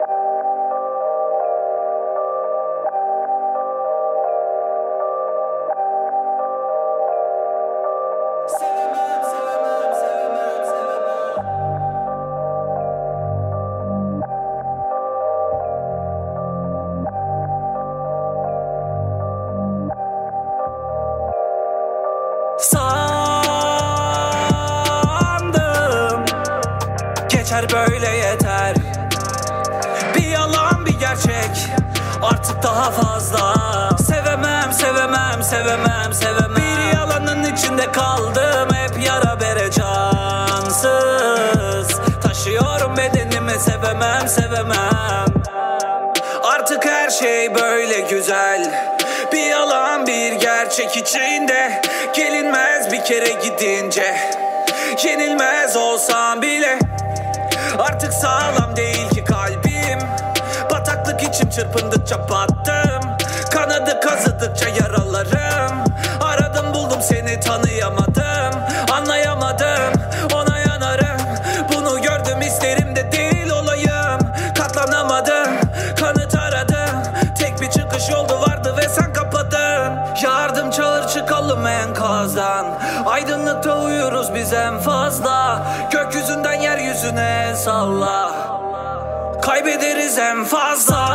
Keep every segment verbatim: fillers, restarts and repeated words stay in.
Sandım geçer böyle yeter. Bir yalan bir gerçek, artık daha fazla. Sevemem, sevemem, sevemem, sevemem. Bir yalanın içinde kaldım, hep yara bere cansız. Taşıyorum bedenimi, sevemem, sevemem. Artık her şey böyle güzel. Bir yalan bir gerçek içinde, gelinmez bir kere gidince. Yenilmez olsam bile artık sağlam değil ki kalbim. Bataklık içim çırpındıkça battım, kanadı kazıdıkça yaralarım. Aradım buldum seni, tanıyamadım, anlayamadım, ona yanarım. Bunu gördüm, isterim de değil olayım. Katlanamadım, kanıt aradım, tek bir çıkış yolu vardı ve sen kapadın. Yardım çağır, çıkalım enkazdan. Aydınlıkta uyuruz biz en fazla. Gökyüzünden yeryüzüne salla, kaybederiz en fazla.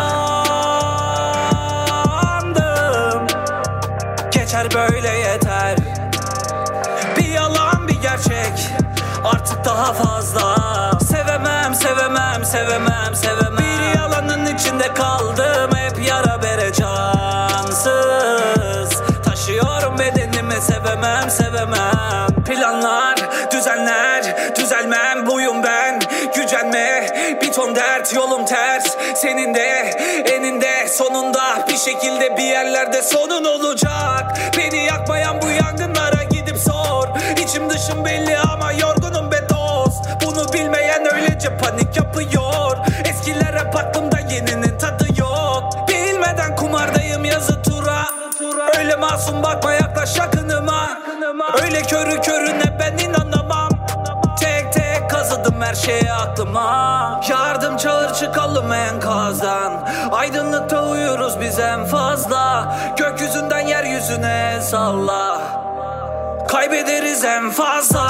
Sandım geçer böyle yeter. Bir yalan bir gerçek, artık daha fazla. Sevemem, sevemem, sevemem, sevemem. Bir yalanın içinde kaldım, hep yara bere cansız. Taşıyorum bedenimi, sevemem, sevemem. Planlar, düzenler, düzelmem buyum ben. Gücenme, bir ton dert, yolum ters. Senin de eninde sonunda bir şekilde bir yerlerde sonun olacak. Beni yakmayan bu yangınlara gidip sor. İçim dışım belli ama yorgunum be dost. Bunu bilmeyen öylece panik yapıyor. Eskiler hep aklımda, yeninin tadı yok. Bilmeden kumardayım yazı tura. Öyle masum bakma, yaklaş yakınıma. Öyle körü körüne ben inanamam. Tek tek kazıdım her şeye aklıma. Yardım çağır, çıkalım enkazdan. Aydınlıkta uyuruz biz en fazla. Gökyüzünden yeryüzüne salla, kaybederiz en fazla.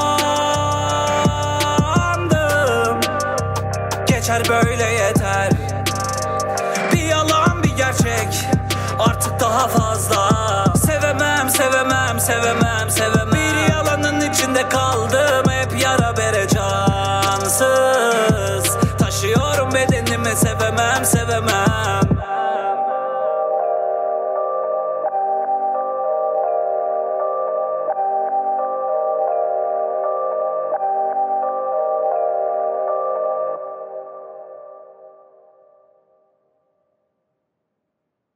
Sandım geçer böyle yeter. Bir yalan bir gerçek, artık daha fazla. Sevemem, sevemem, sevemem, sevemem. Bir yalanın içinde kaldım, hep yara bere cansız. Taşıyorum bedenimi, sevemem, sevemem.